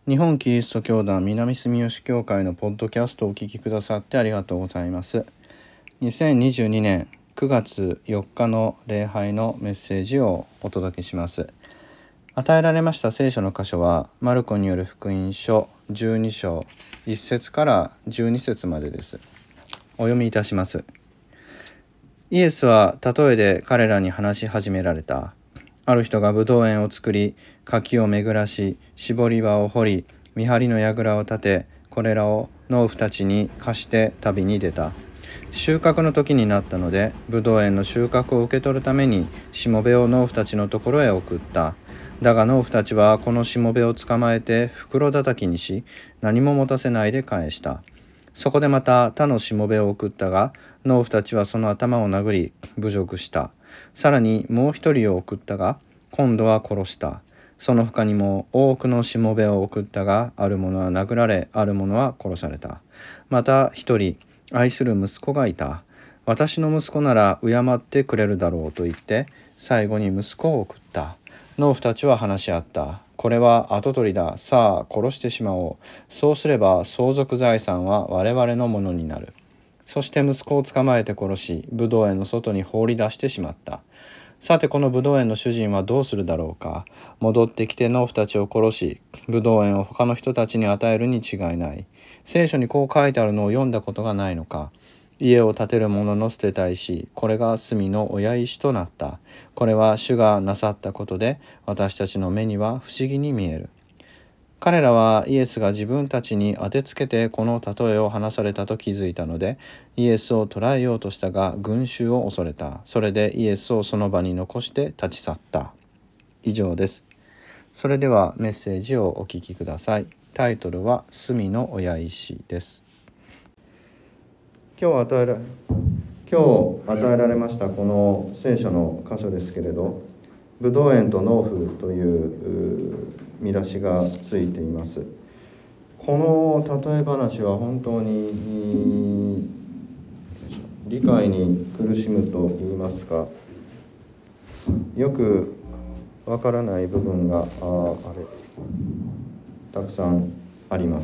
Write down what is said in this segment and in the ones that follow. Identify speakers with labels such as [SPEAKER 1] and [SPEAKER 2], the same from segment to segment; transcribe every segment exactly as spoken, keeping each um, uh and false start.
[SPEAKER 1] 日本キリスト教団南住吉教会のポッドキャストをお聞きくださってありがとうございます。にせんにじゅうにねんくがつよっかの礼拝のメッセージをお届けします。与えられました聖書の箇所はマルコによる福音書じゅうにしょういっせつからじゅうにせつまでです。お読みいたします。イエスは例えで彼らに話し始められた。ある人がブドウ園を作り、柿を巡らし、絞り場を掘り、見張りの櫓を立て、これらを農夫たちに貸して旅に出た。収穫の時になったので、ブドウ園の収穫を受け取るためにしもべを農夫たちのところへ送った。だが農夫たちはこのしもべを捕まえて袋叩きにし、何も持たせないで返した。そこでまた他のしもべを送ったが、農夫たちはその頭を殴り侮辱した。さらにもう一人を送ったが、今度は殺した。その他にも多くのしもべを送ったが、ある者は殴られ、ある者は殺された。また一人、愛する息子がいた。私の息子なら敬ってくれるだろうと言って、最後に息子を送った。農夫たちは話し合った。これは跡取りだ。さあ殺してしまおう。そうすれば相続財産は我々のものになる。そして息子を捕まえて殺し、ブドウ園の外に放り出してしまった。さてこのブドウ園の主人はどうするだろうか。戻ってきて農夫たちを殺し、ブドウ園を他の人たちに与えるに違いない。聖書にこう書いてあるのを読んだことがないのか。家を建てる者の捨てた石、これが隅の親石となった。これは主がなさったことで、私たちの目には不思議に見える。彼らはイエスが自分たちに当てつけてこの例えを話されたと気づいたので、イエスを捕らえようとしたが群衆を恐れた。それでイエスをその場に残して立ち去った。以上です。それではメッセージをお聞きください。タイトルは隅の親石です。今日与えら今日与えられましたこの聖書の箇所ですけれど、ブドウ園と農夫という見出しがついています。この例え話は本当に理解に苦しむと言いますか、よくわからない部分がああれたくさんあります。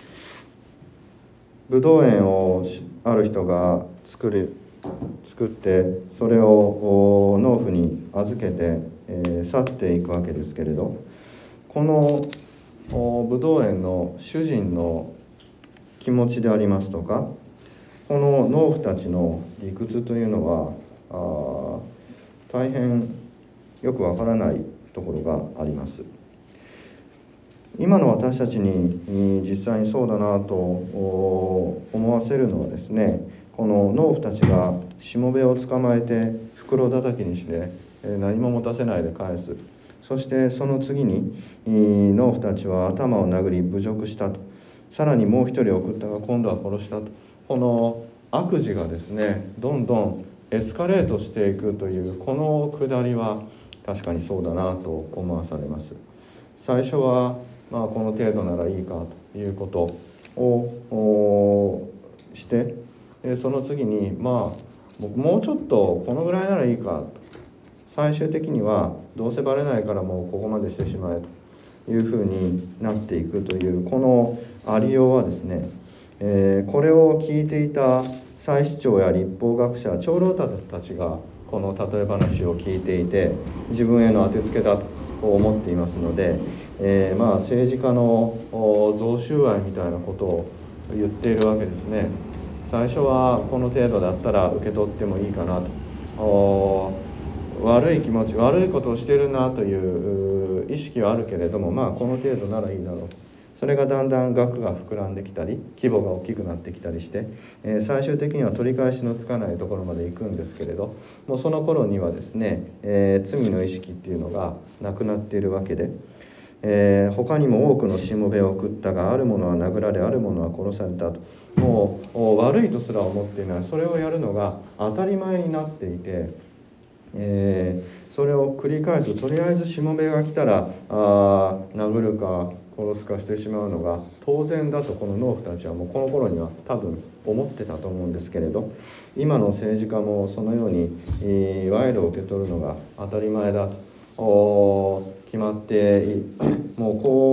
[SPEAKER 1] ブドウ園をある人が作る作ってそれを農夫に預けて、えー、去っていくわけですけれど、このブドウ園の主人の気持ちでありますとか、この農夫たちの理屈というのはあ大変よくわからないところがあります。今の私たちに実際にそうだなと思わせるのはですね、この農夫たちがしもべを捕まえて袋叩きにして何も持たせないで返す。そしてその次に農夫たちは頭を殴り侮辱したと。さらにもう一人送ったが今度は殺したと。この悪事がですね、どんどんエスカレートしていくというこのくだりは確かにそうだなと思わされます。最初はまあこの程度ならいいかということをしてその次にまあもうちょっとこのぐらいならいいかと、最終的にはどうせバレないからもうここまでしてしまえというふうになっていくというこのありようはですね、えー、これを聞いていた祭司長や立法学者長老たちがこの例え話を聞いていて自分への当てつけだと思っていますので、えー、まあ政治家の贈収賄みたいなことを言っているわけですね。最初はこの程度だったら受け取ってもいいかなと、悪い気持ち悪いことをしているなという意識はあるけれども、まあこの程度ならいいだろうと。それがだんだん額が膨らんできたり規模が大きくなってきたりして、えー、最終的には取り返しのつかないところまで行くんですけれど、もうその頃にはですね、えー、罪の意識っていうのがなくなっているわけで、えー、他にも多くのしもべを送ったが、ある者は殴られ、ある者は殺されたと。もう悪いとすら思っていない、それをやるのが当たり前になっていて、えー、それを繰り返す。とりあえずしもべが来たらあ殴るか殺すかしてしまうのが当然だと、この農夫たちはもうこの頃には多分思ってたと思うんですけれど、今の政治家もそのように、えー、賄賂を受け取るのが当たり前だと決まってもうこう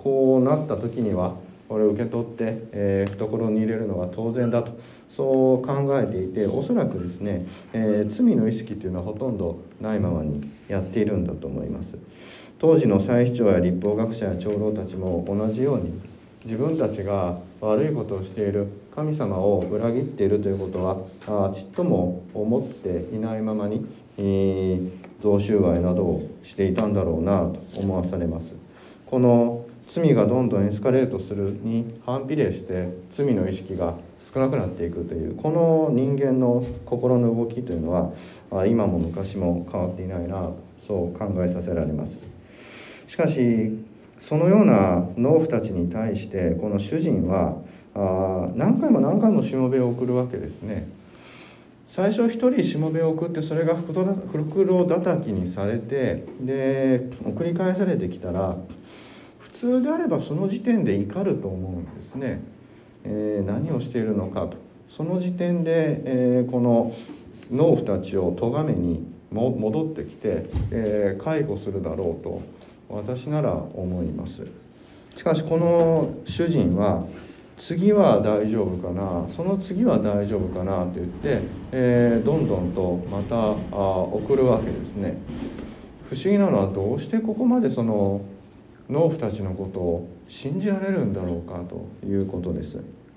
[SPEAKER 1] こうなった時にはこれを受け取って、えー、懐に入れるのは当然だと、そう考えていて、おそらくですね、えー、罪の意識というのはほとんどないままにやっているんだと思います。当時の祭司長や律法学者や長老たちも同じように、自分たちが悪いことをしている、神様を裏切っているということはあちっとも思っていないままに、えー、贈収賄などをしていたんだろうなと思わされます。この罪がどんどんエスカレートするに反比例して罪の意識が少なくなっていくという、この人間の心の動きというのは今も昔も変わっていないな、そう考えさせられます。しかしそのような農夫たちに対してこの主人はあ何回も何回もしもべを送るわけですね。最初一人しもべを送って、それが袋叩きにされて、で送り返されてきたら、普通であればその時点で怒ると思うんですね。えー、何をしているのかと、その時点で、えー、この農夫たちを咎めにも戻ってきて、えー、解雇するだろうと私なら思います。しかしこの主人は、次は大丈夫かな、その次は大丈夫かなと言って、えー、どんどんとまたあ送るわけですね。不思議なのは、どうしてここまでその農夫たちのことを信じられるんだろうかということです。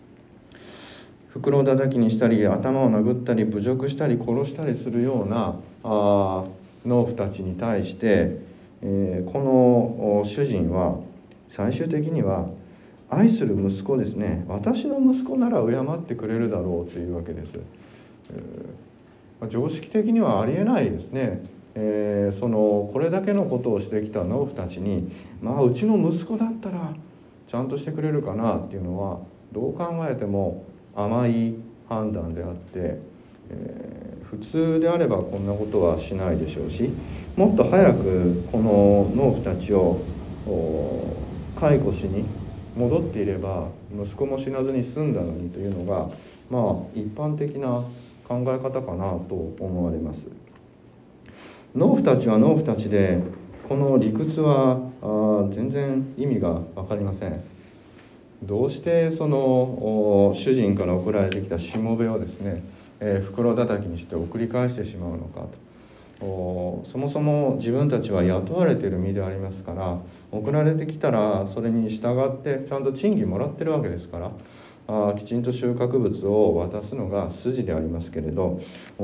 [SPEAKER 1] 袋叩きにしたり、頭を殴ったり、侮辱したり、殺したりするようなあ農夫たちに対して、えー、この主人は最終的には愛する息子ですね、私の息子なら敬ってくれるだろうというわけです。えー、常識的にはありえないですね。えー、そのこれだけのことをしてきた農夫たちに、まあうちの息子だったらちゃんとしてくれるかなっていうのは、どう考えても甘い判断であって、えー、普通であればこんなことはしないでしょうし、もっと早くこの農夫たちを解雇しに戻っていれば息子も死なずに済んだのにというのが、まあ一般的な考え方かなと思われます。農夫たちは農夫たちで、この理屈はあ全然意味が分かりません。どうしてその主人から送られてきたしもべをですね、えー、袋叩きにして送り返してしまうのかと。そもそも自分たちは雇われている身でありますから、送られてきたらそれに従ってちゃんと賃金もらってるわけですから、あきちんと収穫物を渡すのが筋でありますけれど、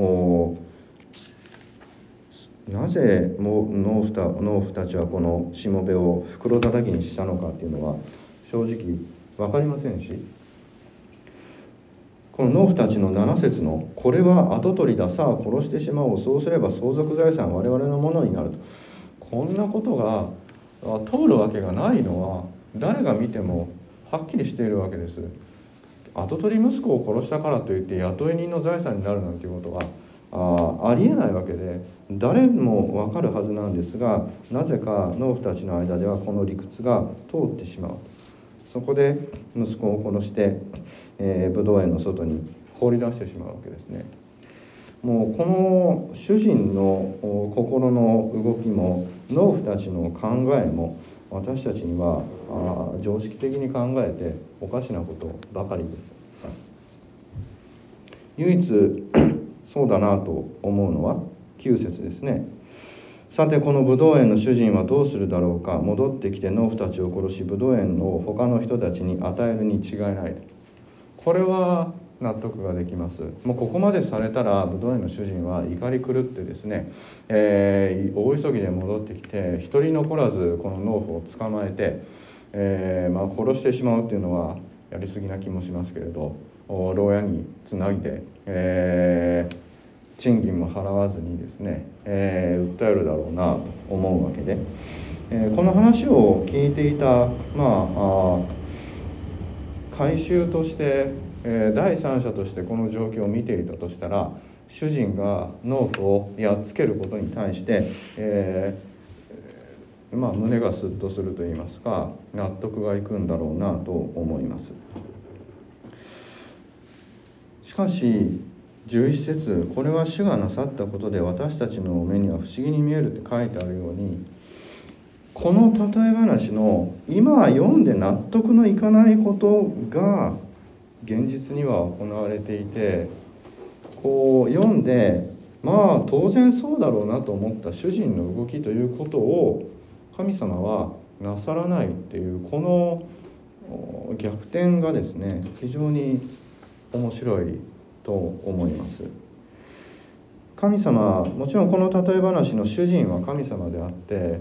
[SPEAKER 1] なぜ農夫た、農夫たちはこのしもべを袋叩きにしたのかっていうのは正直分かりませんし、この農夫たちのなな節の「これは跡取りだ、さあ殺してしまおう、そうすれば相続財産は我々のものになる」と、こんなことが通るわけがないのは誰が見てもはっきりしているわけです。跡取り息子を殺したからといって雇い人の財産になるなんていうことは あ, ありえないわけで、誰も分かるはずなんですが、なぜか農夫たちの間ではこの理屈が通ってしまう。そこで息子を殺して、えー、武道園の外に放り出してしまうわけですね。もうこの主人の心の動きも農夫たちの考えも、私たちにはあ常識的に考えておかしなことばかりです。唯一そうだなと思うのはきゅう節ですね。さてこのブドウ園の主人はどうするだろうか、戻ってきて農夫たちを殺しブドウ園を他の人たちに与えるに違いない。これは納得ができます。もうここまでされたらブドウ園の主人は怒り狂ってですね、えー、大急ぎで戻ってきて一人残らずこの農夫を捕まえて、えーまあ、殺してしまうっていうのはやりすぎな気もしますけれど、牢屋につないで、えー賃金も払わずにですね、えー、訴えるだろうなと思うわけで、えー、この話を聞いていた、まあ、あ回収として、えー、第三者としてこの状況を見ていたとしたら、主人が農夫をやっつけることに対して、えーまあ、胸がスッとするといいますか、納得がいくんだろうなと思います。しかしじゅういち節、これは主がなさったことで私たちの目には不思議に見えるって書いてあるように、 この例え話の今読んで納得のいかないことが現実には行われていて、こう読んでまあ当然そうだろうなと思った主人の動きということを神様はなさらないっていう、この逆転がですね、非常に面白いと思います。神様、もちろんこの例え話の主人は神様であって、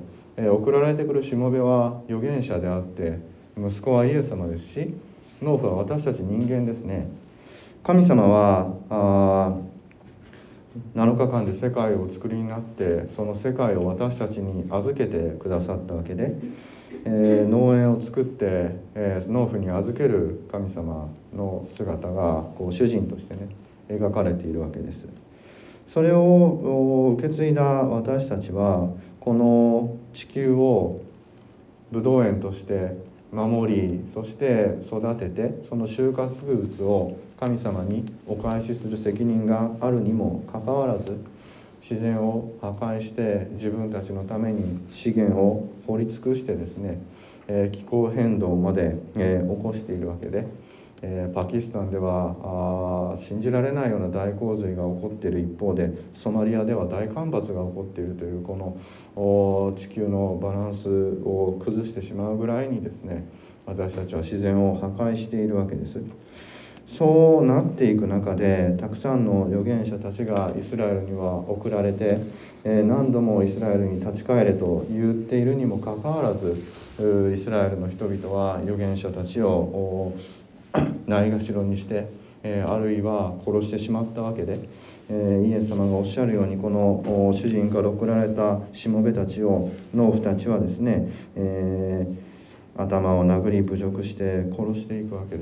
[SPEAKER 1] えー、送られてくるしもべは預言者であって、息子はイエス様ですし、農夫は私たち人間ですね。神様はあなのかかんで世界をお作りになって、その世界を私たちに預けてくださったわけで、えー、農園を作って、えー、農夫に預ける神様の姿がこう主人としてね描かれているわけです。それを受け継いだ私たちはこの地球をブドウ園として守り、そして育てて、その収穫物を神様にお返しする責任があるにもかかわらず、自然を破壊して自分たちのために資源を掘り尽くしてですね、えー、気候変動まで、えー、起こしているわけで、えー、パキスタンではあ信じられないような大洪水が起こっている一方で、ソマリアでは大干ばつが起こっているという、この地球のバランスを崩してしまうぐらいにですね、私たちは自然を破壊しているわけです。そうなっていく中で、たくさんの預言者たちがイスラエルには送られて、えー、何度もイスラエルに立ち返れと言っているにもかかわらず、イスラエルの人々は預言者たちをないがしろにして、えー、あるいは殺してしまったわけで、えー、イエス様がおっしゃるように、この主人から送られたしもべたちを、農夫たちはですね、えー、頭を殴り侮辱して殺していくわけです。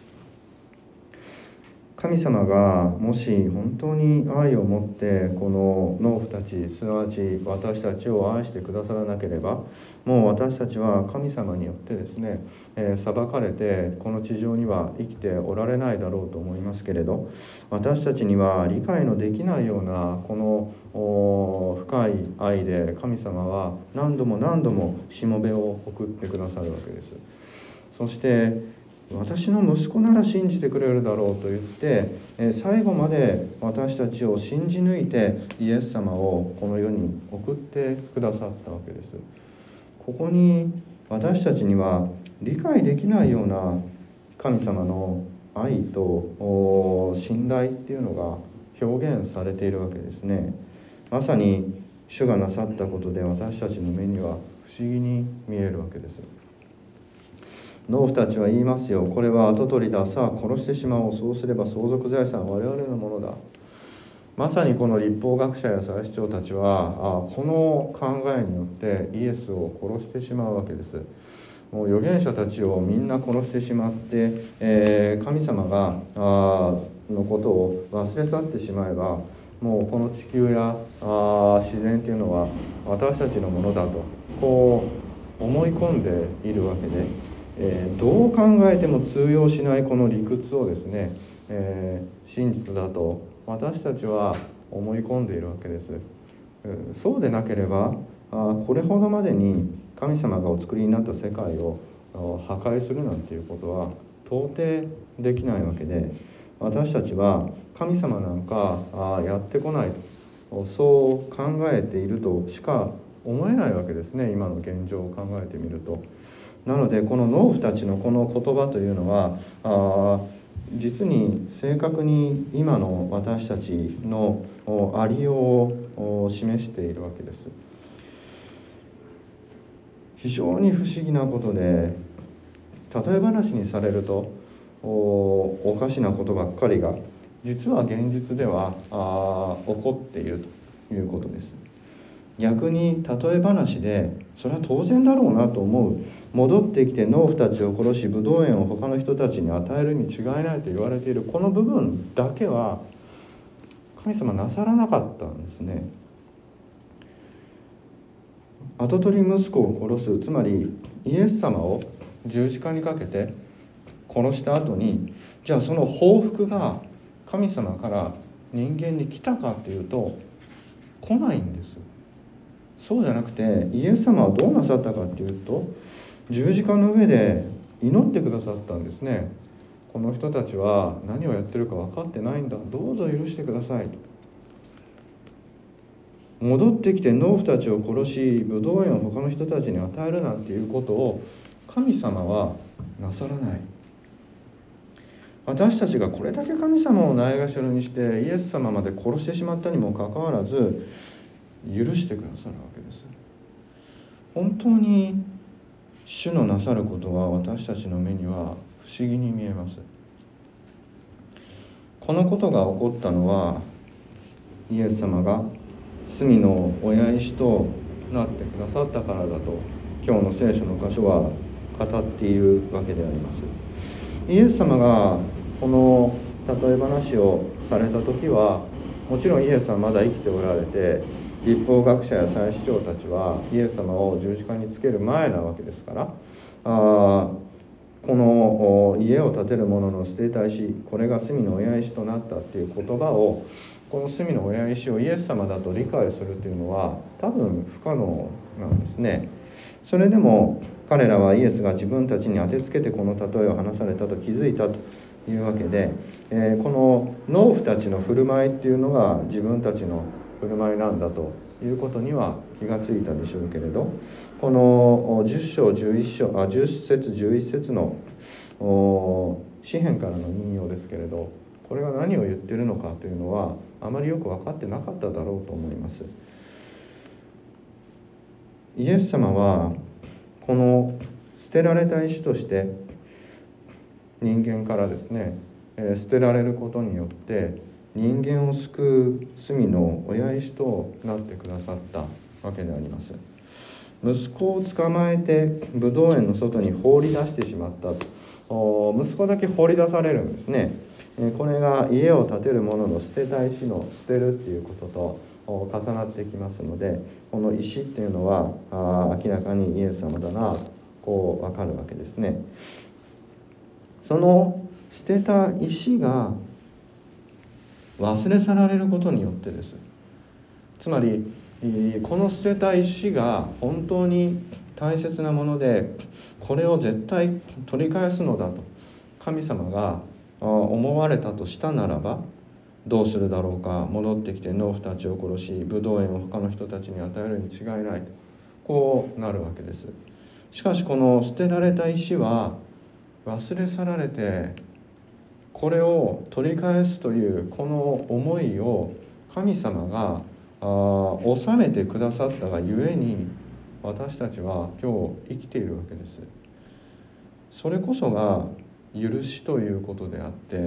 [SPEAKER 1] 神様がもし本当に愛を持ってこの農夫たち、すなわち私たちを愛してくださらなければ、もう私たちは神様によってですね、えー、裁かれてこの地上には生きておられないだろうと思いますけれど、私たちには理解のできないようなこの深い愛で神様は何度も何度もしもべを送ってくださるわけです。そして私の息子なら信じてくれるだろうと言って、最後まで私たちを信じ抜いてイエス様をこの世に送ってくださったわけです。ここに私たちには理解できないような神様の愛と信頼っていうのが表現されているわけですね。まさに主がなさったことで私たちの目には不思議に見えるわけです。農夫たちは言いますよ。これは跡取りだ。さあ殺してしまおう。そうすれば相続財産は我々のものだ。まさにこの律法学者や祭司長たちはあこの考えによってイエスを殺してしまうわけです。もう預言者たちをみんな殺してしまって、えー、神様があのことを忘れ去ってしまえば、もうこの地球やあ自然というのは私たちのものだとこう思い込んでいるわけで、えー、どう考えても通用しないこの理屈をですね、えー、真実だと私たちは思い込んでいるわけです。そうでなければあこれほどまでに神様がお作りになった世界を破壊するなんていうことは到底できないわけで、私たちは神様なんかあやってこないとそう考えているとしか思えないわけですね、今の現状を考えてみると。なのでこの農夫たちのこの言葉というのはあ実に正確に今の私たちのありようを示しているわけです。非常に不思議なことで、例え話にされると お, おかしなことばっかりが実は現実ではあ起こっているということです。逆に例え話でそれは当然だろうなと思う、戻ってきて農夫たちを殺しブドウ園を他の人たちに与えるに違いないと言われているこの部分だけは神様なさらなかったんですね。跡取り息子を殺す、つまりイエス様を十字架にかけて殺した後に、じゃあその報復が神様から人間に来たかというと来ないんです。 そうじゃなくて、イエス様はどうなさったかっていうと、十字架の上で祈ってくださったんですね。この人たちは何をやってるか分かってないんだ、どうぞ許してくださいと。戻ってきて農夫たちを殺し、ブドウ園を他の人たちに与えるなんていうことを神様はなさらない。私たちがこれだけ神様をないがしろにしてイエス様まで殺してしまったにもかかわらず許してくださるわけです。本当に主のなさることは私たちの目には不思議に見えます。このことが起こったのは、イエス様が罪の親石となってくださったからだと、今日の聖書の箇所は語っているわけであります。イエス様がこの例え話をされた時は、もちろんイエス様まだ生きておられて、律法学者や祭司長たちはイエス様を十字架につける前なわけですから、あこの家を建てる者の捨てた石、これが罪の親石となったっていう言葉を、この罪の親石をイエス様だと理解するというのは多分不可能なんですね。それでも彼らはイエスが自分たちに当てつけてこの例えを話されたと気づいたというわけで、えー、この農夫たちの振る舞いっていうのが自分たちの振る舞いなんだということには気がついたでしょうけれど、このじゅっ章じゅういち章あじゅっ節じゅういち節の詩編からの引用ですけれど、これが何を言ってるのかというのはあまりよく分かってなかっただろうと思います。イエス様はこの捨てられた石として人間からですね、えー、捨てられることによって人間を救う罪の親石となってくださったわけであります。息子を捕まえてブドウ園の外に放り出してしまったと、息子だけ放り出されるんですね。これが家を建てる者の捨てた石の捨てるっていうことと重なってきますので、この石っていうのはあ明らかにイエス様だな、こう分かるわけですね。その捨てた石が忘れ去られることによってです。つまりこの捨てた石が本当に大切なもので、これを絶対取り返すのだと神様が思われたとしたならば、どうするだろうか。戻ってきて農夫たちを殺し、ブドウ園を他の人たちに与えるに違いないと、こうなるわけです。しかしこの捨てられた石は忘れ去られて、これを取り返すというこの思いを神様があ収めてくださったがゆえに、私たちは今日生きているわけです。それこそが許しということであって、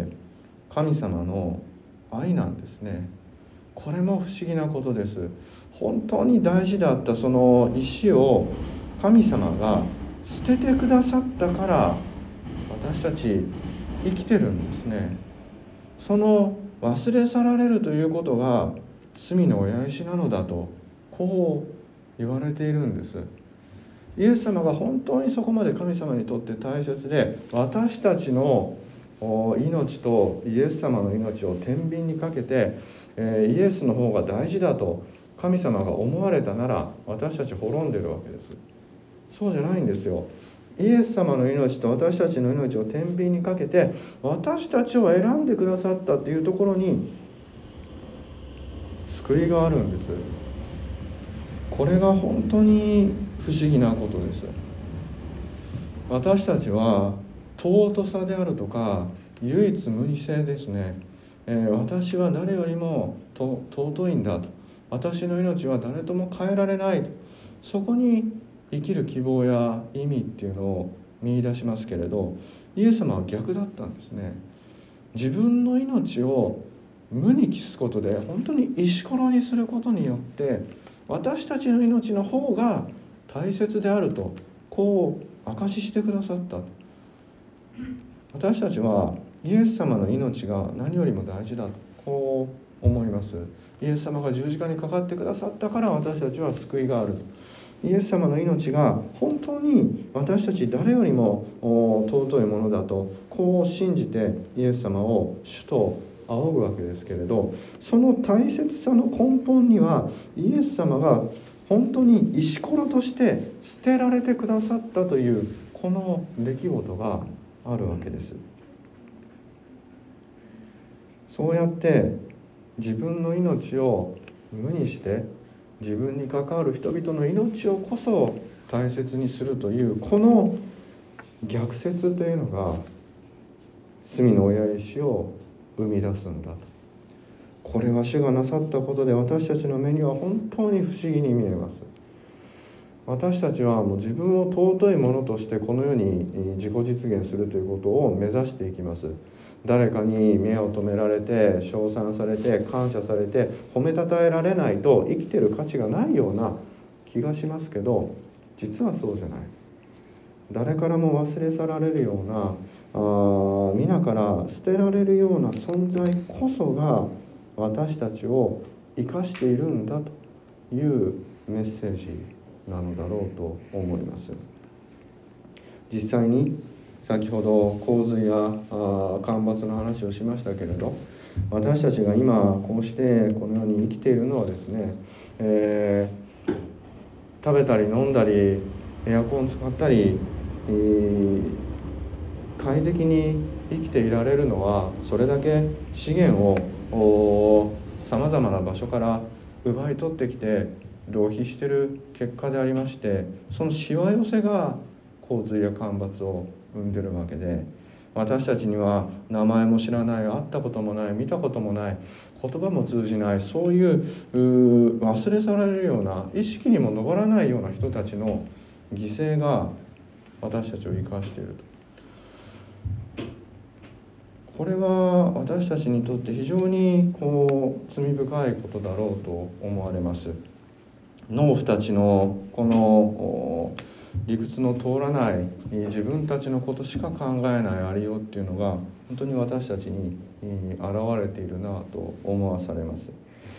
[SPEAKER 1] 神様の愛なんですね。これも不思議なことです。本当に大事だったその石を神様が捨ててくださったから、私たち生きてるんですね。その忘れ去られるということが罪の親石なのだと、こう言われているんです。イエス様が本当にそこまで神様にとって大切で、私たちの命とイエス様の命を天秤にかけて、えー、イエスの方が大事だと神様が思われたなら、私たち滅んでるわけです。そうじゃないんですよ。イエス様の命と私たちの命を天秤にかけて、私たちを選んでくださったというところに救いがあるんです。これが本当に不思議なことです。私たちは尊さであるとか唯一無二性ですね、えー、私は誰よりもと尊いんだと、私の命は誰とも変えられないと、そこに生きる希望や意味っていうのを見出しますけれど、イエス様は逆だったんですね。自分の命を無に帰すことで、本当に石ころにすることによって、私たちの命の方が大切であると、こう証ししてくださった。私たちはイエス様の命が何よりも大事だと、こう思います。イエス様が十字架にかかってくださったから、私たちは救いがある。イエス様の命が本当に私たち誰よりも尊いものだと、こう信じてイエス様を主と仰ぐわけですけれど、その大切さの根本にはイエス様が本当に石ころとして捨てられてくださったというこの出来事があるわけです。そうやって自分の命を無にして自分に関わる人々の命をこそ大切にするというこの逆説というのが罪の親石を生み出すんだと。これは主がなさったことで私たちの目には本当に不思議に見えます。私たちはもう自分を尊いものとしてこの世に自己実現するということを目指していきます。誰かに目を留められて称賛されて感謝されて褒めたたえられないと生きてる価値がないような気がしますけど、実はそうじゃない。誰からも忘れ去られるようなあ皆から捨てられるような存在こそが私たちを生かしているんだというメッセージなのだろうと思います。実際に先ほど洪水や干ばつの話をしましたけれど、私たちが今こうしてこの世に生きているのはですね、えー、食べたり飲んだりエアコン使ったり、えー、快適に生きていられるのはそれだけ資源をさまざまな場所から奪い取ってきて浪費している結果でありまして、そのしわ寄せが洪水や干ばつを生んでるわけで、私たちには名前も知らない、会ったこともない、見たこともない、言葉も通じない、そういう忘れ去られるような意識にも上らないような人たちの犠牲が私たちを生かしていると。これは私たちにとって非常にこう罪深いことだろうと思われます。農夫たちのこの理屈の通らない自分たちのことしか考えないありようっていうのが本当に私たちに現れているなと思わされます。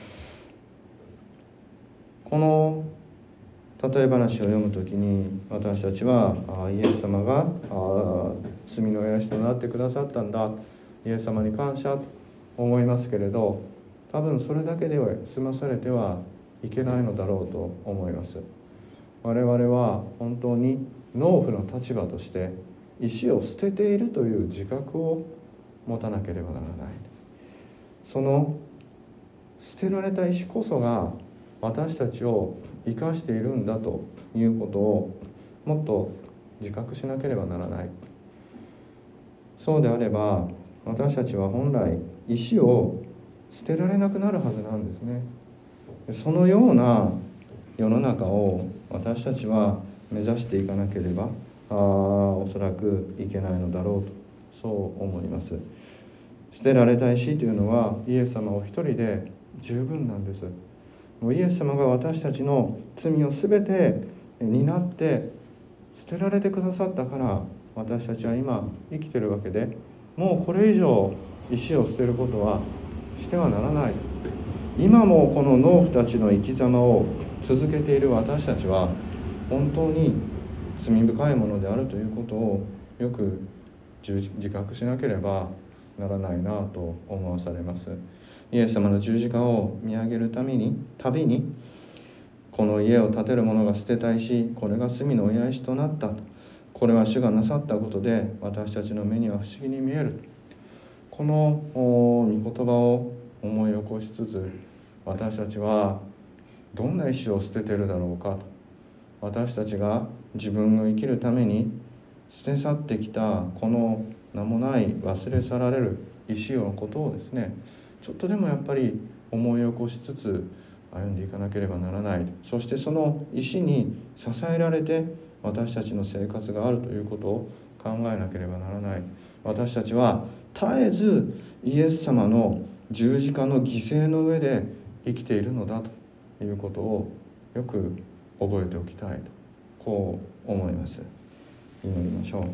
[SPEAKER 1] この例え話を読むときに私たちはイエス様が罪の癒しとなってくださったんだ、イエス様に感謝と思いますけれど、多分それだけでは済まされてはいけないのだろうと思います。我々は本当に農夫の立場として石を捨てているという自覚を持たなければならない。その捨てられた石こそが私たちを生かしているんだということをもっと自覚しなければならない。そうであれば私たちは本来石を捨てられなくなるはずなんですね。そのような世の中を私たちは目指していかなければあおそらくいけないのだろうとそう思います。捨てられた石というのはイエス様お一人で十分なんです。もうイエス様が私たちの罪をすべて担って捨てられてくださったから私たちは今生きているわけで、もうこれ以上石を捨てることはしてはならない。今もこの農夫たちの生き様を続けている私たちは本当に罪深いものであるということをよく自覚しなければならないなと思わされます。イエス様の十字架を見上げるためにたびにこの家を建てる者が捨てた石、これが罪の親石となった、これは主がなさったことで私たちの目には不思議に見える、この御言葉を思い起こしつつ、私たちはどんな石を捨てているだろうかと、私たちが自分の生きるために捨て去ってきたこの名もない忘れ去られる石のことをですね、ちょっとでもやっぱり思い起こしつつ歩んでいかなければならない。そしてその石に支えられて私たちの生活があるということを考えなければならない。私たちは絶えずイエス様の十字架の犠牲の上で生きているのだということをよく覚えておきたいと、こう思います。祈りましょう。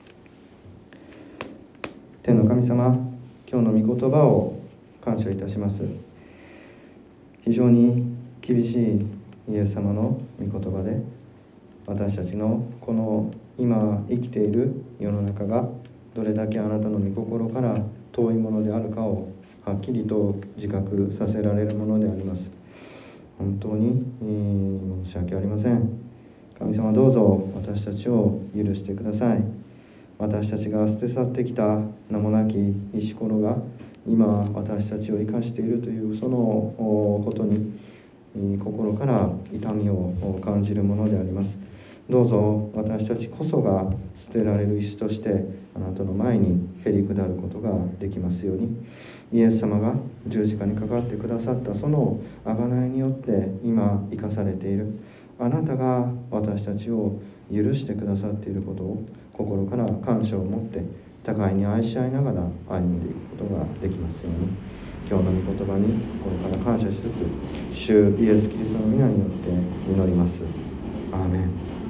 [SPEAKER 1] 天の神様、今日の御言葉を感謝いたします。非常に厳しいイエス様の御言葉で、私たちのこの今生きている世の中がどれだけあなたの御心から遠いものであるかをはっきりと自覚させられるものであります。 本当に、えー申し訳ありません。神様、どうぞ私たちを許してください。私たちが捨て去ってきた名もなき石ころが今私たちを生かしているというそのことに心から痛みを感じるものであります。どうぞ私たちこそが捨てられる石としてあなたの前にへり下ることができますように、イエス様が十字架にかかってくださったその贖いによって今生かされているあなたが私たちを許してくださっていることを心から感謝を持って互いに愛し合いながら歩んでいくことができますように、今日の御言葉に心から感謝しつつ、主イエス・キリストの皆によって祈ります。アーメン。